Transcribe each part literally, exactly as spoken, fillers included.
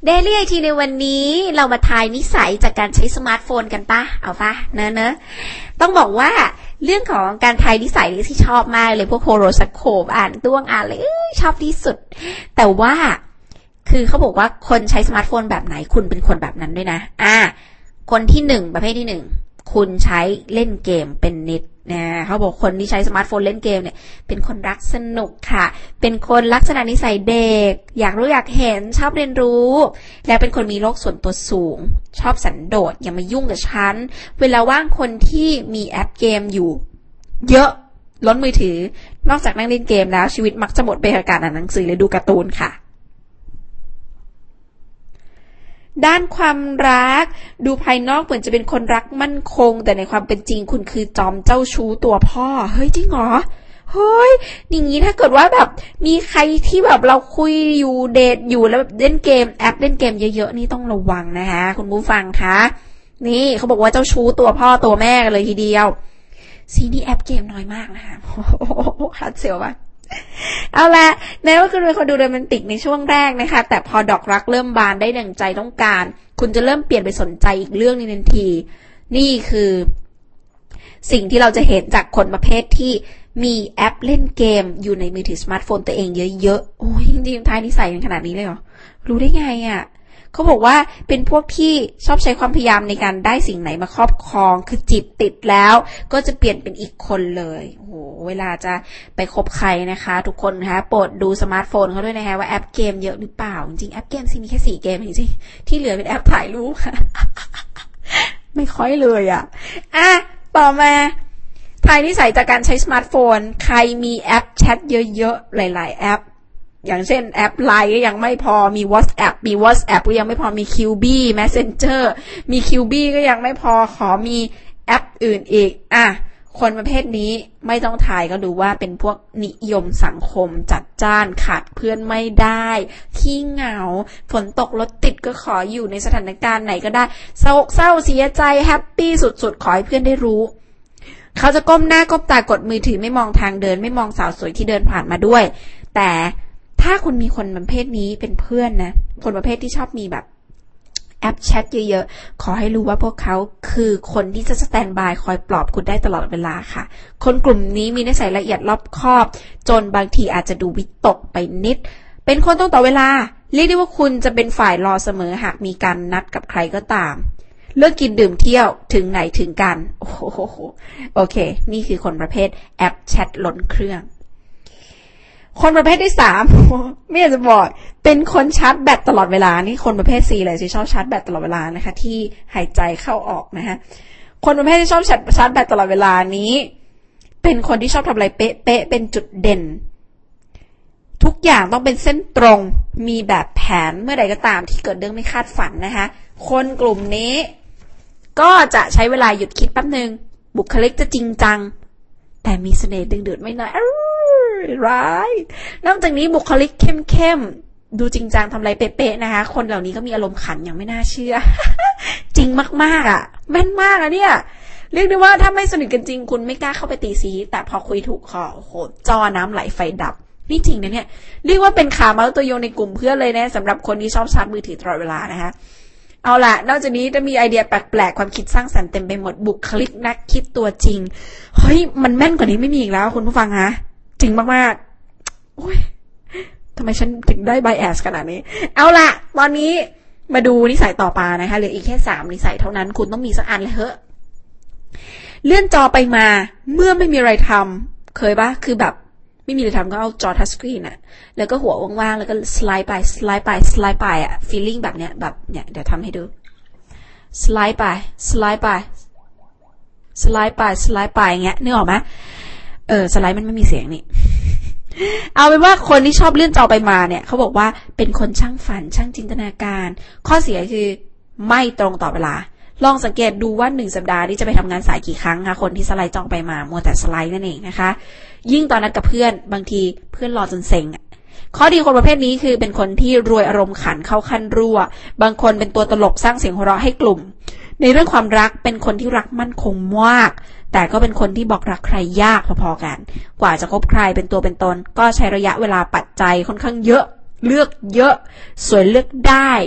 เดลี่ไอทีในวันนี้เรามาทายนิสัยจากการใช้สมาร์ทโฟนกันปะเอาปะเนอะเนอะต้องบอกว่าเรื่องของการทายนิสัยที่ชอบมากเลยพวกโฮโรสโคปอ่านต้วงอ่านเลยชอบที่สุดแต่ว่าคือเขาบอกว่าคนใช้สมาร์ทโฟนแบบไหนคุณเป็นคนแบบนั้นด้วยนะอ่าคนที่หนึ่งประเภทที่หนึ่งคุณใช้เล่นเกมเป็นนิดนะเขาบอกคนที่ใช้สมาร์ทโฟนเล่นเกมเนี่ยเป็นคนรักสนุกค่ะเป็นคนลักษณะนิสัยเด็กอยากรู้อยากเห็นชอบเรียนรู้และเป็นคนมีโลกส่วนตัวสูงชอบสันโดษอย่ามายุ่งกับฉันเวลาว่างคนที่มีแอปเกมอยู่เยอะล้นมือถือนอกจากนั่งเล่นเกมแล้วชีวิตมักจะหมดไปกับการอ่านหนังสือหรือดูการ์ตูนค่ะด้านความรักดูภายนอกเหมือนจะเป็นคนรักมั่นคงแต่ในความเป็นจริงคุณคือจอมเจ้าชู้ตัวพ่อเฮ้ยจริงเหรอเฮ้ยอย่างนี้ถ้าเกิดว่าแบบมีใครที่แบบเราคุยอยู่เดทอยู่แล้วแบบเล่นเกมแอปเล่นเกมเยอะๆนี่ต้องระวังนะคะคุณผู้ฟังคะนี่เขาบอกว่าเจ้าชู้ตัวพ่อตัวแม่กันเลยทีเดียวซีนี่แอปเกมน้อยมากนะคะโอ้โหฮัดเสียวว่ะเอาละแม้ว่าคุณเป็นคนดูโรแมนติกในช่วงแรกนะคะแต่พอดอกรักเริ่มบานได้ดั่งใจต้องการคุณจะเริ่มเปลี่ยนไปสนใจอีกเรื่องนึงทันทีนี่คือสิ่งที่เราจะเห็นจากคนประเภทที่มีแอปเล่นเกมอยู่ในมือถือสมาร์ทโฟนตัวเองเยอะๆโอ้ยจริงๆท้ายนิสัยเป็นขนาดนี้เลยเหรอรู้ได้ไงอ่ะเขาบอกว่าเป็นพวกที่ชอบใช้ความพยายามในการได้สิ่งไหนมาครอบครองคือจิตติดแล้วก็จะเปลี่ยนเป็นอีกคนเลยโอ้โหเวลาจะไปคบใครนะคะทุกคนนะคะโปรดดูสมาร์ทโฟนเขาด้วยนะคะว่าแอปเกมเยอะหรือเปล่าจริงๆแอปเกมซิมีแค่สี่เกมจริงๆที่เหลือเป็นแอปถ่ายรูปค่ะ ไม่ค่อยเลยอ่ะอ่ะต่อมาทายนิสัยจากการใช้สมาร์ทโฟนใครมีแอปแชทเยอะๆหลายๆแอปอย่างเช่นแอป ไลน์ ก็ยังไม่พอมี WhatsApp มี WhatsApp ก็ยังไม่พอมี คิว บี Messenger มี คิว บี ก็ยังไม่พอขอมีแอปอื่นอีกอ่ะคนประเภทนี้ไม่ต้องทายก็ดูว่าเป็นพวกนิยมสังคมจัดจ้านขาดเพื่อนไม่ได้ขี้เหงาฝนตกรถติดก็ขออยู่ในสถานการณ์ไหนก็ได้เศร้าเศร้าเสียใจแฮปปี้สุดๆขอให้เพื่อนได้รู้เขาจะก้มหน้าก้มตากดมือถือไม่มองทางเดินไม่มองสาวสวยที่เดินผ่านมาด้วยแต่ถ้าคุณมีคนประเภทนี้เป็นเพื่อนนะคนประเภทที่ชอบมีแบบแอปแชทเยอะๆขอให้รู้ว่าพวกเขาคือคนที่จะสแตนบายคอยปลอบคุณได้ตลอดเวลาค่ะคนกลุ่มนี้มีนิสัยละเอียดรอบคอบจนบางทีอาจจะดูวิตกไปนิดเป็นคนต้องต่อเวลาเรียกได้ว่าคุณจะเป็นฝ่ายรอเสมอหากมีการนัดกับใครก็ตามเลิกกินดื่มเที่ยวถึงไหนถึงกันโอ้โหโอเคนี่คือคนประเภทแอปแชทล้นเครื่องคนประเภทที่สามไม่อยากจะบอกเป็นคนชาร์จแบตตลอดเวลานี่คนประเภทสี่เลยที่ชอบชาร์จแบตตลอดเวลานะคะที่หายใจเข้าออกนะฮะคนประเภทที่ชอบชาร์จแบตตลอดเวลานี้เป็นคนที่ชอบทำอะไรเป๊ะๆเป็นจุดเด่นทุกอย่างต้องเป็นเส้นตรงมีแบบแผนเมื่อใดก็ตามที่เกิดเรื่องไม่คาดฝันนะคะคนกลุ่มนี้ก็จะใช้เวลาหยุดคิดแป๊บนึงบุคลิกจะจริงจังแต่มีเสน่ห์ดึงดูดไม่น้อยร้ายนอกจากนี้บุคลิกเข้มๆดูจริงจังทำอะไรเป๊ะๆนะคะคนเหล่านี้ก็มีอารมณ์ขันอย่างไม่น่าเชื่อ จริงมากๆอ่ะแม่นมากอ่ะเนี่ยเรียกได้ว่าถ้าไม่สนิทกันจริงคุณไม่กล้าเข้าไปตีซีแต่พอคุยถูกคอโอ้โหจอน้ำไหลไฟดับนี่จริงนะเนี่ยเรียกว่าเป็นขาเมาส์ตัวยงในกลุ่มเพื่อนเลยนะสำหรับคนที่ชอบชาร์จมือถือตลอดเวลานะคะเอาล่ะนอกจากนี้จะมีไอเดียแปลกๆความคิดสร้างสรรค์เต็มไปหมดบุคลิกนักคิดตัวจริงเฮ้ยมันแม่นกว่านี้ไม่มีอีกแล้วคุณผู้ฟังฮะจริงมากๆโอ้ยทำไมฉันถึงได้ไบแอสขนาดนี้เอาล่ะตอนนี้มาดูนิสัยต่อไปนะคะเหลืออีกแค่สามนิสัยเท่านั้นคุณต้องมีสักอันเลยเฮ้อเลื่อนจอไปมาเมื่อไม่มีอะไรทำเคยปะคือแบบไม่มีอะไรทำก็เอาจอทัชสกรีนอะแล้วก็หัวว่างๆแล้วก็สไลด์ไปสไลด์ไปสไลด์ไปอะฟีลลิ่งแบบเนี้ยแบบเนี่ยเดี๋ยวทำให้ดูสไลด์ไปสไลด์ไปสไลด์ไปสไลด์ไปอย่างเงี้ยนึกออกไหมเออสไลด์มันไม่มีเสียงนี่ เอาเป็นว่าคนที่ชอบเลื่อนจอไปมาเนี่ยเขาบอกว่าเป็นคนช่างฝันช่างจินตนาการข้อเสียคือไม่ตรงต่อเวลาลองสังเกตดูว่าหนึ่งสัปดาห์นี้จะไปทำงานสายกี่ครั้งคะคนที่สไลด์จอไปมามัวแต่สไลด์นั่นเองนะคะยิ่งตอนนั้นกับเพื่อนบางทีเพื่อนรอจนเซ็งข้อดีคนประเภทนี้คือเป็นคนที่รวยอารมณ์ขันเข้าขั้นรั่วบางคนเป็นตัวตลกสร้างเสียงหัวเราะให้กลุ่มในเรื่องความรักเป็นคนที่รักมั่นคงมากแต่ก็เป็นคนที่บอกรักใครยากพอๆกันกว่าจะคบใครเป็นตัวเป็นตนก็ใช้ระยะเวลาปัจจัยค่อนข้างเยอะเลือกเยอะสวยเลือกได้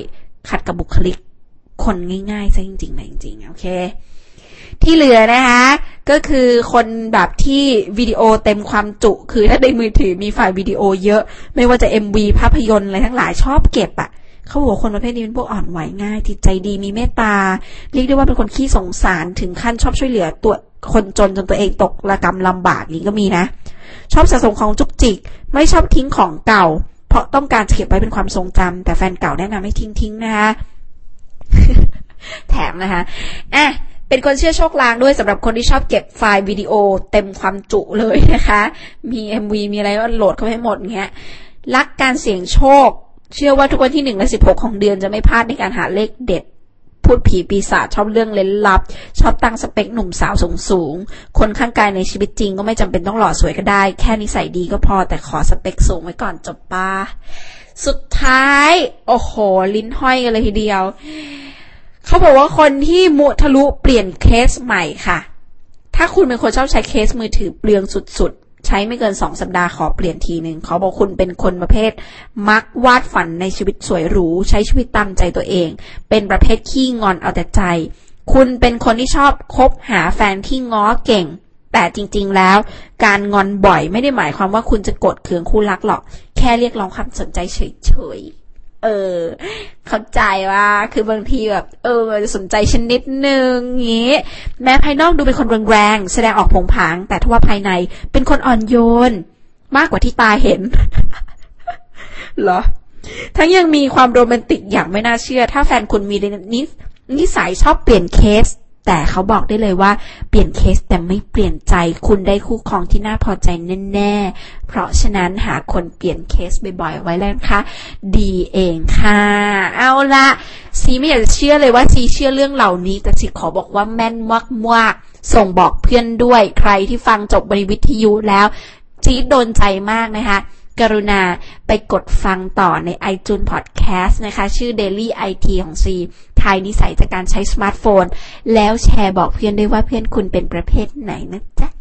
ขัดกับบุคลิกคนง่ายๆซะจริงๆนะจริงๆโอเคที่เหลือนะคะก็คือคนแบบที่วิดีโอเต็มความจุคือถ้าในมือถือมีไฟล์วิดีโอเยอะไม่ว่าจะ เอ็ม วี ภาพยนตร์อะไรทั้งหลายชอบเก็บอ่ะเขาบอกว่าคนประเภทนี้เป็นพวกอ่อนไหวง่ายจิตใจดีมีเมตตาเรียกได้ว่าเป็นคนขี้สงสารถึงขั้นชอบช่วยเหลือตัวคนจนจนตัวเองตกระกำลำบากอย่างนี้ก็มีนะชอบสะสมของจุกจิกไม่ชอบทิ้งของเก่าเพราะต้องการเก็บไว้เป็นความทรงจำแต่แฟนเก่าแนะนำให้ทิ้งทิ้งนะคะ แถมนะคะอ่ะเป็นคนเชื่อโชคลางด้วยสำหรับคนที่ชอบเก็บไฟล์วิดีโอเต็มความจุเลยนะคะมี เอ็ม วี มีอะไรก็โหลดเข้าไปให้หมดเงี้ยรักการเสี่ยงโชคเชื่อว่าทุกวันที่หนึ่งและสิบหกของเดือนจะไม่พลาดในการหาเลขเด็ดพูดผีปีศาจชอบเรื่องเล้นลับชอบตั้งสเปคหนุ่มสาวสูงสูงคนข้างกายในชีวิตจริงก็ไม่จำเป็นต้องหล่อสวยก็ได้แค่นิสัยดีก็พอแต่ขอสเปคสูงไว้ก่อนจบป่ะสุดท้ายโอ้โหลิ้นห้อยกันเลยทีเดียวเขาบอกว่าคนที่มุทะลุเปลี่ยนเคสใหม่ค่ะถ้าคุณเป็นคนชอบใช้เคสมือถือเปลืองสุดๆใช้ไม่เกินสองสัปดาห์ขอเปลี่ยนทีนึงเขาบอกคุณเป็นคนประเภทมักวาดฝันในชีวิตสวยหรูใช้ชีวิตตามใจตัวเองเป็นประเภทขี้งอนเอาแต่ใจคุณเป็นคนที่ชอบคบหาแฟนที่ง้อเก่งแต่จริงๆแล้วการงอนบ่อยไม่ได้หมายความว่าคุณจะโกรธเคืองคู่รักหรอกแค่เรียกร้องความสนใจเฉยๆเออเข้าใจว่าคือบางทีแบบเออสนใจฉันนิดนึงงี้แม้ภายนอกดูเป็นคนแรงๆแสดงออกผงผางแต่ทว่าภายในเป็นคนอ่อนโยนมากกว่าที่ตาเห็น เหรอทั้งยังมีความโรแมนติกอย่างไม่น่าเชื่อถ้าแฟนคุณมีนิสนิสัยชอบเปลี่ยนเคสแต่เขาบอกได้เลยว่าเปลี่ยนเคสแต่ไม่เปลี่ยนใจคุณได้คู่ครองที่น่าพอใจแน่ๆเพราะฉะนั้นหาคนเปลี่ยนเคสบ่อยๆไว้แล้วนะคะดีเองค่ะเอาละซีไม่อยากจะเชื่อเลยว่าซีเชื่อเรื่องเหล่านี้แต่ซีขอบอกว่าแม่นมากๆส่งบอกเพื่อนด้วยใครที่ฟังจบบริวิทยุแล้วซีโดนใจมากนะคะกรุณาไปกดฟังต่อใน iTunes Podcast นะคะชื่อ Daily ไอ ที ของซีทายนิสัยจากการใช้สมาร์ทโฟนแล้วแชร์บอกเพื่อนด้วยว่าเพื่อนคุณเป็นประเภทไหนนะจ๊ะ